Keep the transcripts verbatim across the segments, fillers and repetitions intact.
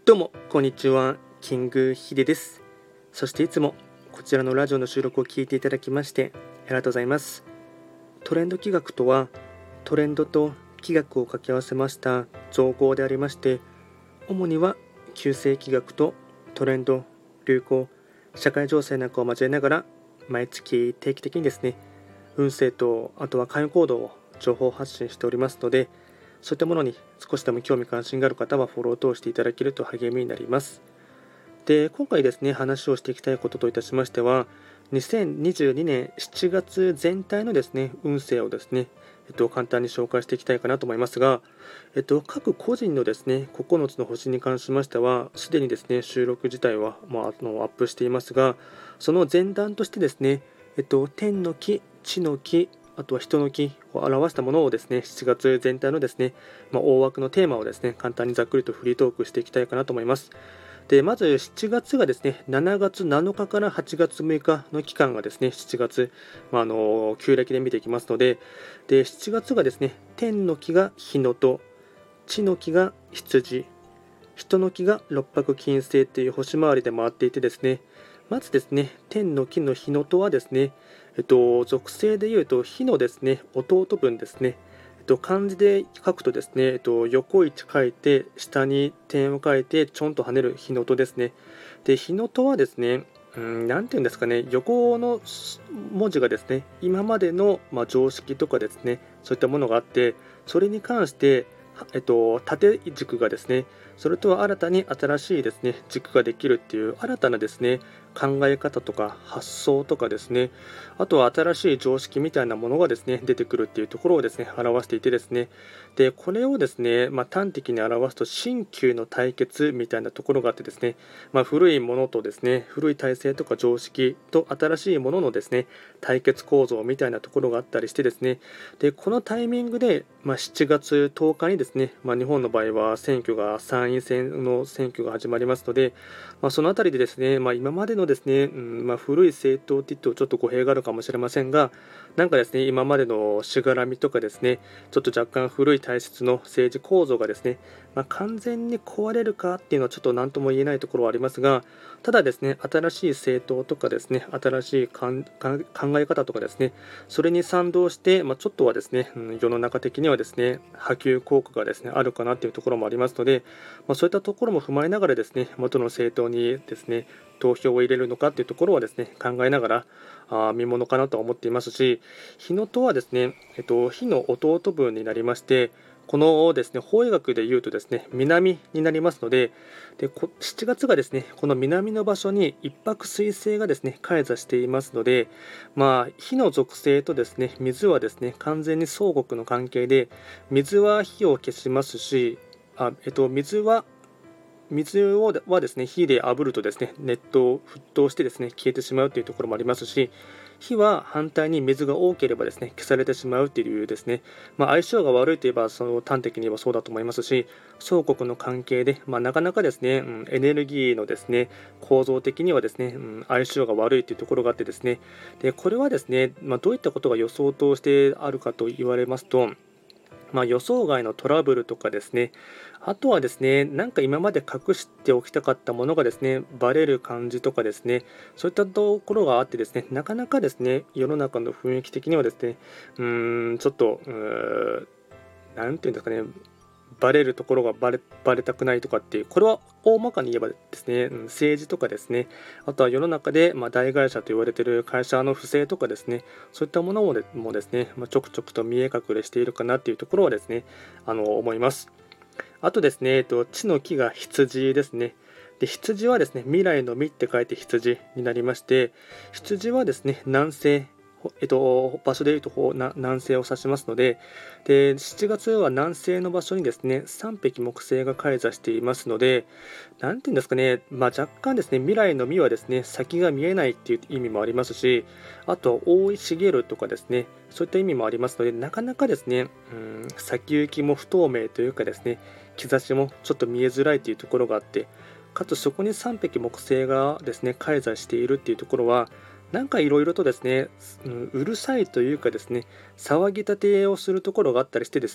どうもこんにちは、キングヒデです。そしていつもこちらのラジオの収録を聞いていただきましてありがとうございます。トレンド企画とは、トレンドと企画を掛け合わせました造語でありまして、主には旧世企画とトレンド、流行、社会情勢なんかを交えながら毎月定期的にですね、運勢とあとは関与行動を情報発信しておりますので、そういったものに少しでも興味関心がある方はフォローを通していただけると励みになります。で、今回ですね、話をしていきたいことといたしましては、にせんにじゅうにねんしちがつ全体のですね、運勢をですね、えっと、簡単に紹介していきたいかなと思いますが、えっと、各個人のですね、ここのつの星に関しましては、すでにですね、収録自体は、まあ、あのアップしていますが、その前段としてですね、えっと、天の木、地の木、あとは人の木を表したものをですね、しちがつ全体のですね、まあ、大枠のテーマをですね、簡単にざっくりとフリートークしていきたいかなと思います。で、まずしちがつがですね、しちがつなのかからはちがつむいかの期間がですね、しちがつ、まあ、あの旧暦で見ていきますので、で、しちがつがですね、天の木が日のと、地の木が羊、人の木が六白金星という星回りで回っていてですね、まずですね、天の木の日のとはですね、えっと、属性でいうと火のですね、弟分ですね。えっと、漢字で書くとですね、えっと、横位置書いて、下に点を書いて、ちょんと跳ねる日のとですね。で、日のとはですね、うん、なんていうんですかね、横の文字がですね、今までの、まあ、常識とかですね、そういったものがあって、それに関して、えっと、縦軸がですね、それとは新たに新しいですね、軸ができるっていう新たなですね、考え方とか発想とかですね、あとは新しい常識みたいなものがですね、出てくるっていうところをですね、表していてですね、で、これをですね、まあ、端的に表すと新旧の対決みたいなところがあってですね、まあ、古いものとですね、古い体制とか常識と新しいもののですね、対決構造みたいなところがあったりしてですね、で、このタイミングで、まあ、しちがつとおかにですね、まあ、日本の場合は選挙が参院選の選挙が始まりますので、まあ、そのあたりでですね、まあ、今までのですね、うんまあ、古い政党って言ってもちょっと語弊があるかもしれませんが、なんかですね、今までのしがらみとかですね、ちょっと若干古い体質の政治構造がですね、まあ、完全に壊れるかっていうのはちょっと何とも言えないところはありますが、ただですね、新しい政党とかですね、新しい考え方とかですね、それに賛同して、まあ、ちょっとはですね、うん、世の中的にはですね、波及効果がですね、あるかなというところもありますので、まあ、そういったところも踏まえながらですね、元の政党にですね、投票を入れるのかというところはですね、考えながらあ見ものかなと思っていますし、日のとはですね、えっと、火の弟分になりまして、このですね、法医学でいうとですね、南になりますので、でこしちがつがですね、この南の場所に一泊水星がですね、開座していますので、まあ、火の属性とですね、水はですね、完全に相互の関係で、水は火を消しますし、あえっと、水は水をはですね、火で炙るとですね、熱湯、沸騰してですね、消えてしまうというところもありますし、火は反対に水が多ければですね、消されてしまうというですね、まあ、相性が悪いといえばその端的に言えばそうだと思いますし、相国の関係で、まあ、なかなかですね、うん、エネルギーのですね、構造的にはですね、うん、相性が悪いというところがあってですね、でこれはですね、まあ、どういったことが予想としてあるかと言われますと、まあ、予想外のトラブルとかですね、あとはですね、なんか今まで隠しておきたかったものがですね、バレる感じとかですね、そういったところがあってですね、なかなかですね、世の中の雰囲気的にはですね、うーん、ちょっと、うーん、なんていうんですかね、バレるところがバレバレたくないとかっていう、これは大まかに言えばですね、うん、政治とかですね、あとは世の中で、まあ、大会社と言われている会社の不正とかですね、そういったものもでもですね、まあ、ちょくちょくと見え隠れしているかなっていうところはですね、あの思います。あとですね、えっと、地の木が羊ですね。で羊はですね、未来の実って書いて羊になりまして、羊はですね、南西、えっと、場所でいうとな南西を指しますので、でしちがつは南西の場所にですね、さん匹木星が開座していますので、なんていうんですかね、まあ、若干ですね、未来の実はですね、先が見えないっていう意味もありますし、あと、覆い茂るとかですね、そういった意味もありますので、なかなかですね、うん、先行きも不透明というかですね、兆しもちょっと見えづらいというところがあって、かつそこにさん匹木星がですね、開座しているっていうところは、なんかいろいろとですね、うん、うるさいというかですね、騒ぎ立てをするところがあったりしてですね、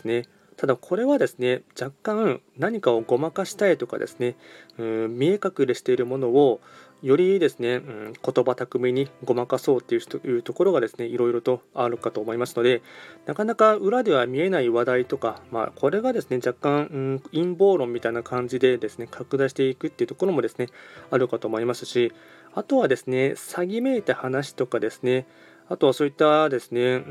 ただこれはですね、若干何かをごまかしたいとかですね、うん、見え隠れしているものをよりですね、うん、言葉巧みにごまかそうっていうというところがですね、いろいろとあるかと思いますので、なかなか裏では見えない話題とか、まあ、これがですね、若干、うん、陰謀論みたいな感じでですね、拡大していくっていうところもですね、あるかと思いますし、あとはですね、詐欺めいた話とかですね、あとはそういったですね、うん、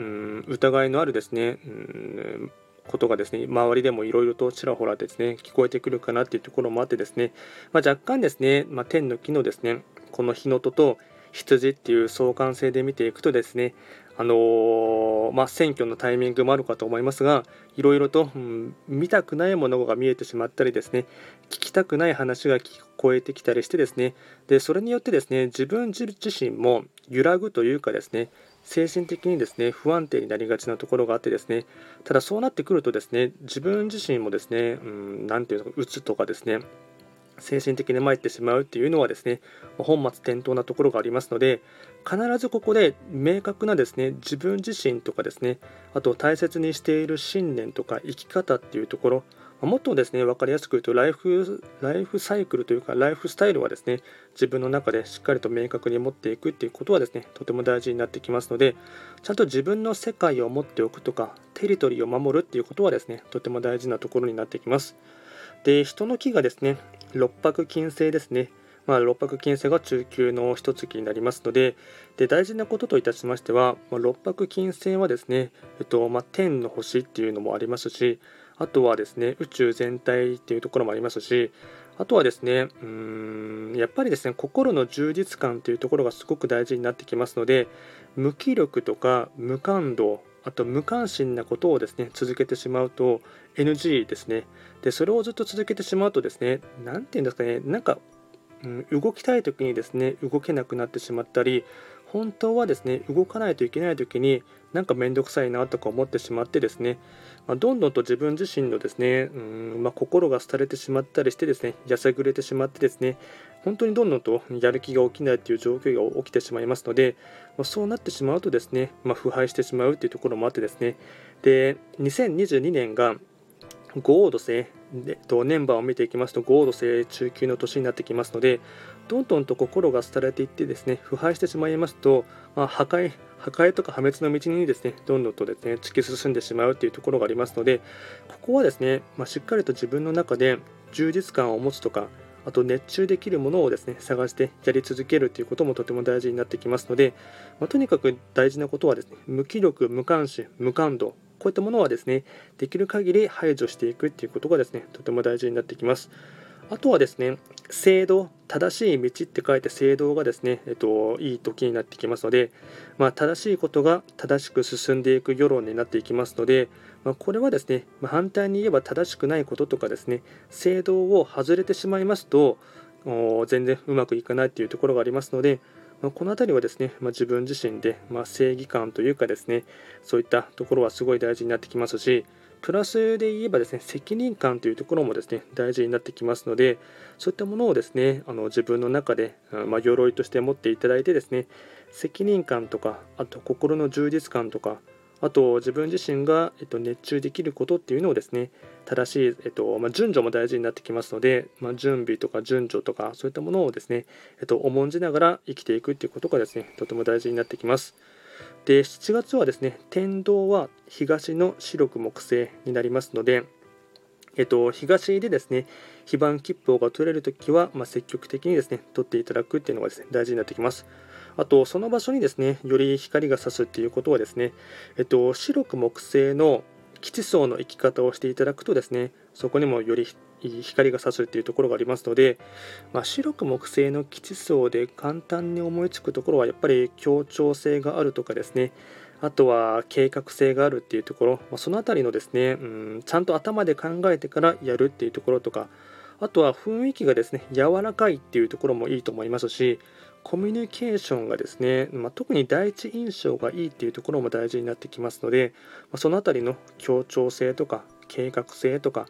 疑いのあるですね、うんことがですね、周りでもいろいろとちらほらですね、聞こえてくるかなっていうところもあってですね、まあ、若干ですね、まあ、天の木のですね、この日のとと羊っていう相関性で見ていくとですね、あのーまあ、選挙のタイミングもあるかと思いますが、いろいろと、うん、見たくないものが見えてしまったりですね、聞きたくない話が聞こえてきたりしてですね、でそれによってですね、自分自身も揺らぐというかですね、精神的にですね、不安定になりがちなところがあってですね、ただそうなってくるとですね、自分自身もですね、うん、なんていうのか、うつとかですね、精神的に参ってしまうっていうのはですね、本末転倒なところがありますので、必ずここで明確なですね、自分自身とかですね、あと大切にしている信念とか生き方っていうところ、もっとですね、分かりやすく言うとライフ、ライフサイクルというか、ライフスタイルはですね、自分の中でしっかりと明確に持っていくっていうことはですね、とても大事になってきますので、ちゃんと自分の世界を持っておくとか、テリトリーを守るっていうことはですね、とても大事なところになってきます。で、人の気がですね、六白金星ですね。まあ、六白金星が中級の一月になりますので、で大事なことといたしましては、まあ、六白金星はですね、えっとまあ、天の星っていうのもありますし、あとはですね、宇宙全体っていうところもありますし、あとはですね、うーんやっぱりですね、心の充実感というところがすごく大事になってきますので、無気力とか無感動、あと無関心なことをですね、続けてしまうと エヌジー ですね。で、それをずっと続けてしまうとですね、なんていうんですかね、なんか、うん、動きたい時にですね、動けなくなってしまったり、本当はですね、動かないといけない時に、なんかめんどくさいなとか思ってしまってですね、まあ、どんどんと自分自身のですね、うんまあ、心が廃れてしまったりしてですね、やさぐれてしまってですね、本当にどんどんとやる気が起きないという状況が起きてしまいますので、まあ、そうなってしまうとですね、まあ、腐敗してしまうというところもあってですね、で、にせんにじゅうにねんが豪土星でと年番を見ていきますと豪土星中級の年になってきますので、どんどんと心が廃れていってですね、腐敗してしまいますと、まあ、破壊破壊とか破滅の道にですね、どんどんとですね、突き進んでしまうというところがありますので、ここはですね、まあ、しっかりと自分の中で充実感を持つとか、あと熱中できるものをですね、探してやり続けるということもとても大事になってきますので、まあ、とにかく大事なことはですね、無気力、無関心、無感度、こういったものはですね、できる限り排除していくっていうことがですね、とても大事になってきます。あとはですね、正道、正しい道って書いて正道がですね、えっと、いい時になってきますので、まあ、正しいことが正しく進んでいく世論になっていきますので、まあ、これはですね、まあ、反対に言えば正しくないこととかですね、正道を外れてしまいますと、全然うまくいかないっていうところがありますので、まあ、この辺りはですね、まあ、自分自身で、まあ、正義感というかですね、そういったところはすごい大事になってきますし、プラスで言えばですね、責任感というところもですね、大事になってきますので、そういったものをですね、あの自分の中で、まあ、鎧として持っていただいてですね、責任感とか、あと心の充実感とか、あと自分自身が、えっと、熱中できることっていうのをですね、正しい、えっとまあ、順序も大事になってきますので、まあ、準備とか順序とかそういったものをですね、えっと、重んじながら生きていくっていうことがですね、とても大事になってきます。で、しちがつはですね、天道は東の白く木星になりますので、えっと、東でですね、非番切符が取れるときは、まあ、積極的にですね、取っていただくっていうのがですね、大事になってきます。あと、その場所にですね、より光が差すっていうことはですね、えっと、白く木星の基地層の生き方をしていただくとですね、そこにもより光が差すっていうところがありますので、まあ、白く木星の基地層で簡単に思いつくところはやっぱり協調性があるとかですね、あとは計画性があるっていうところ、まあ、そのあたりのですね、うん、ちゃんと頭で考えてからやるっていうところとか、あとは雰囲気がですね、柔らかいっていうところもいいと思いますし、コミュニケーションがですね、まあ、特に第一印象がいいっていうところも大事になってきますので、まあ、そのあたりの協調性とか計画性とか、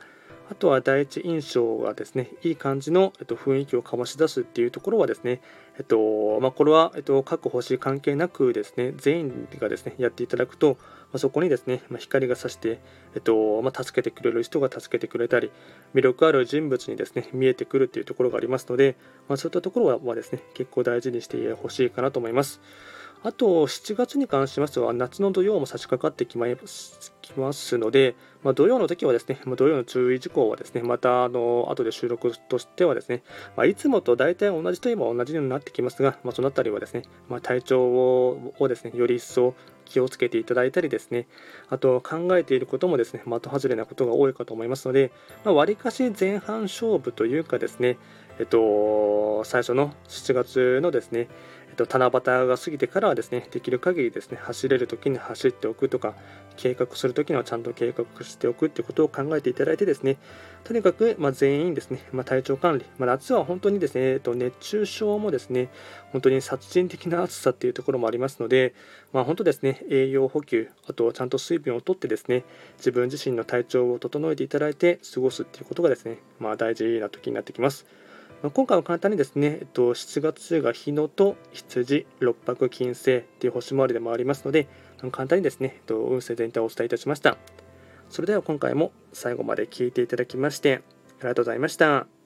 あとは第一印象がですね、いい感じの、えっと、雰囲気を醸し出すっていうところはですね、えっとまあ、これは、えっと、各星関係なくですね、全員がですね、やっていただくと、まあ、そこにですね、まあ、光が差して、えっとまあ、助けてくれる人が助けてくれたり、魅力ある人物にですね、見えてくるっていうところがありますので、まあ、そういったところは、まあですね、結構大事にしてほしいかなと思います。あと、しちがつに関しましては、夏の土曜も差し掛かってきまいきますので、まあ、土曜の時はですね、まあ、土曜の注意事項はですね、また、あの、後で収録としてはですね、まあ、いつもと大体同じといえば同じようになってきますが、まあ、そのあたりはですね、まあ、体調ををですね、より一層気をつけていただいたりですね、あと考えていることもですね、的外れなことが多いかと思いますので、まあ、割かし前半勝負というかですね、えっと、最初のしちがつのですね、えっと、七夕が過ぎてからはですね、できる限りですね、走れるときに走っておくとか、計画するときにはちゃんと計画しておくってことを考えていただいてですね、とにかく、まあ、全員ですね、まあ、体調管理、まあ、夏は本当にですね、えっと、熱中症もですね、本当に殺人的な暑さっていうところもありますので、まあ、本当ですね、栄養補給、あとちゃんと水分をとってですね、自分自身の体調を整えていただいて過ごすっていうことがですね、まあ、大事な時になってきます。まあ、今回は簡単にですね、えっと、しちがつが日野と羊、六白金星っていう星回りでもありますので、簡単にですね、えっと、運勢全体をお伝えいたしました。それでは今回も最後まで聞いていただきまして、ありがとうございました。